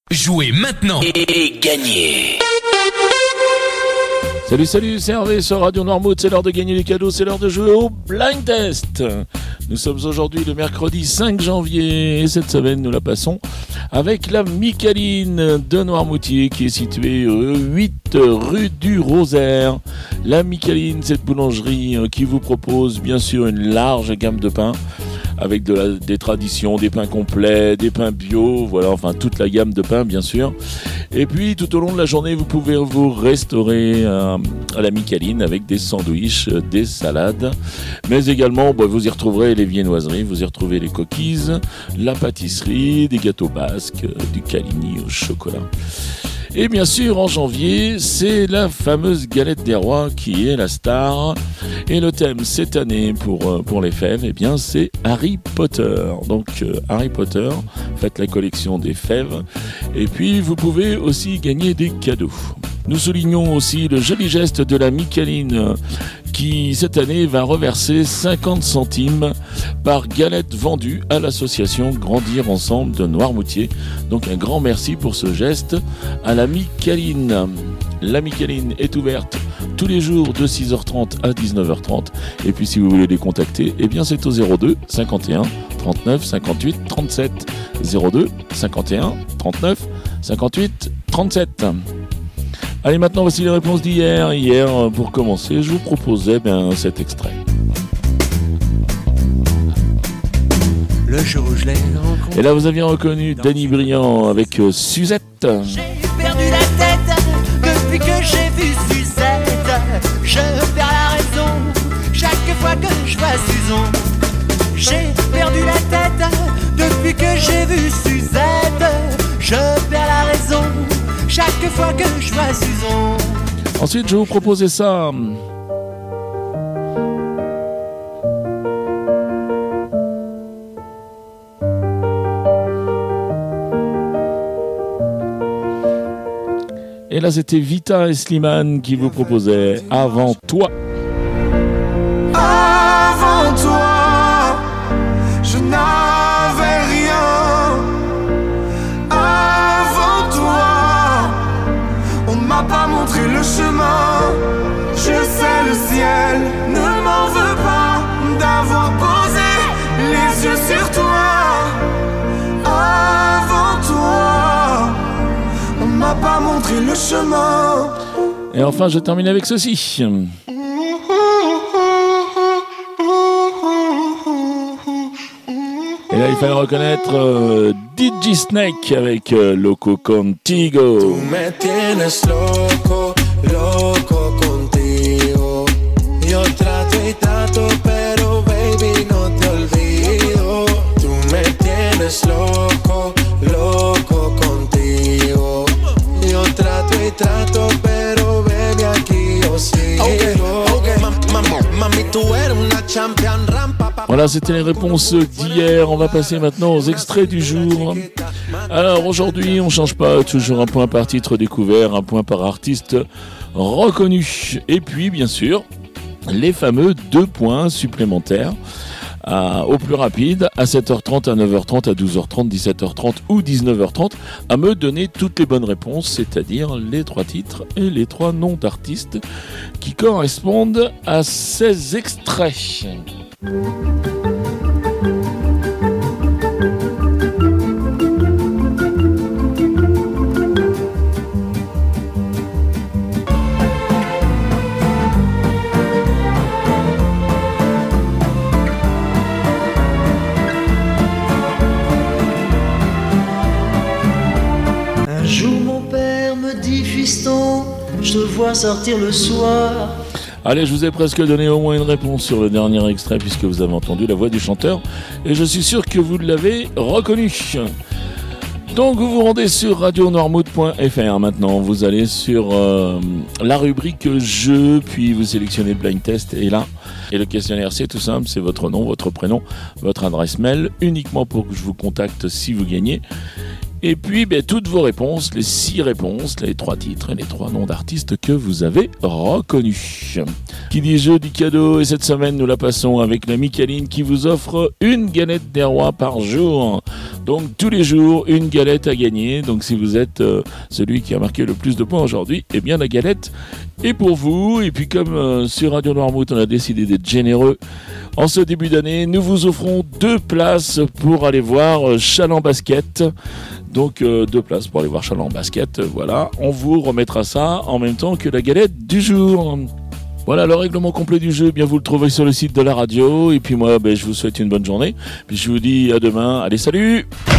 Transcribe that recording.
Jouez maintenant et gagnez. Salut, c'est Hervé sur Radio Noirmouth, c'est l'heure de gagner les cadeaux, c'est l'heure de jouer au Blind Test. Nous sommes aujourd'hui le mercredi 5 janvier et cette semaine nous la passons avec la Micaline de Noirmoutier qui est située 8 rue du Rosaire. La Micaline, cette boulangerie qui vous propose bien sûr une large gamme de pains avec des traditions, des pains complets, des pains bio, voilà, enfin toute la gamme de pains bien sûr. Et puis tout au long de la journée, vous pouvez vous restaurer à la Micaline avec des sandwichs, des salades, mais également vous y retrouverez les viennoiseries, vous y retrouvez les cookies, la pâtisserie, des gâteaux basques, du Caligni au chocolat. Et bien sûr, en janvier, c'est la fameuse galette des rois qui est la star. Et le thème cette année pour les fèves, eh bien, c'est Harry Potter. Donc, Harry Potter, faites la collection des fèves. Et puis, vous pouvez aussi gagner des cadeaux. Nous soulignons aussi le joli geste de la Micaline qui, cette année, va reverser 50 centimes par galette vendue à l'association Grandir Ensemble de Noirmoutier. Donc, un grand merci pour ce geste à la Micaline. La Micaline est ouverte tous les jours de 6h30 à 19h30. Et puis, si vous voulez les contacter, eh bien, c'est au 02 51 39 58 37. 02 51 39 58 37. Allez, maintenant, voici les réponses d'hier. Hier, pour commencer, je vous proposais cet extrait. Le jour où je l'ai rencontré. Et là, vous aviez reconnu Danny Briand avec Suzette. J'ai perdu la tête depuis que j'ai vu Suzette. Je perds la raison chaque fois que je vois Suzon. J'ai perdu la tête depuis que j'ai vu Suzette. Je perds la raison chaque fois que je vois Suzon. Ensuite, je vais vous proposer ça. Et là, c'était Vita et Slimane qui vous proposaient Avant toi. Avant toi, je n'avais rien. Avant toi, on m'a pas montré le chemin. Je sais le ciel ne m'en veut pas d'avoir posé les yeux sur toi. Avant toi, on m'a pas montré le chemin. Et enfin, je termine avec ceci. Et là, il fallait reconnaître DJ Snake avec Loco Contigo. Tú me tienes loco, loco contigo. Yo trato y trato, pero baby no te olvido. Tú me tienes loco, loco contigo. Yo trato y trato, pero baby aquí yo sigo. Okay. Mami, tú eres una champion rampa. Voilà, c'était les réponses d'hier. On va passer maintenant aux extraits du jour. Alors aujourd'hui, on ne change pas, toujours un point par titre découvert, un point par artiste reconnu. Et puis, bien sûr, les fameux 2 points supplémentaires au plus rapide, à 7h30, à 9h30, à 12h30, 17h30 ou 19h30, à me donner toutes les bonnes réponses, c'est-à-dire les 3 titres et les 3 noms d'artistes qui correspondent à ces extraits. Un jour mon père me dit fiston, je te vois sortir le soir. Allez, je vous ai presque donné au moins une réponse sur le dernier extrait puisque vous avez entendu la voix du chanteur et je suis sûr que vous l'avez reconnu. Donc vous vous rendez sur radionoirmouth.fr maintenant, vous allez sur la rubrique jeu, puis vous sélectionnez Blind Test et là, et le questionnaire c'est tout simple, c'est votre nom, votre prénom, votre adresse mail, uniquement pour que je vous contacte si vous gagnez. Et puis, toutes vos réponses, les 6 réponses, les 3 titres et les 3 noms d'artistes que vous avez reconnus. Qui dit jeu dit cadeau, et cette semaine, nous la passons avec la Micaline qui vous offre une galette des rois par jour. Donc, tous les jours, une galette à gagner. Donc, si vous êtes celui qui a marqué le plus de points aujourd'hui, eh bien, la galette est pour vous. Et puis, comme sur Radio Noirmouth, on a décidé d'être généreux, en ce début d'année, nous vous offrons 2 places pour aller voir Chaland Basket. Donc 2 places pour aller voir Chaland Basket, voilà. On vous remettra ça en même temps que la galette du jour. Voilà, le règlement complet du jeu, bien vous le trouvez sur le site de la radio. Et puis moi, je vous souhaite une bonne journée. Puis je vous dis à demain. Allez, salut!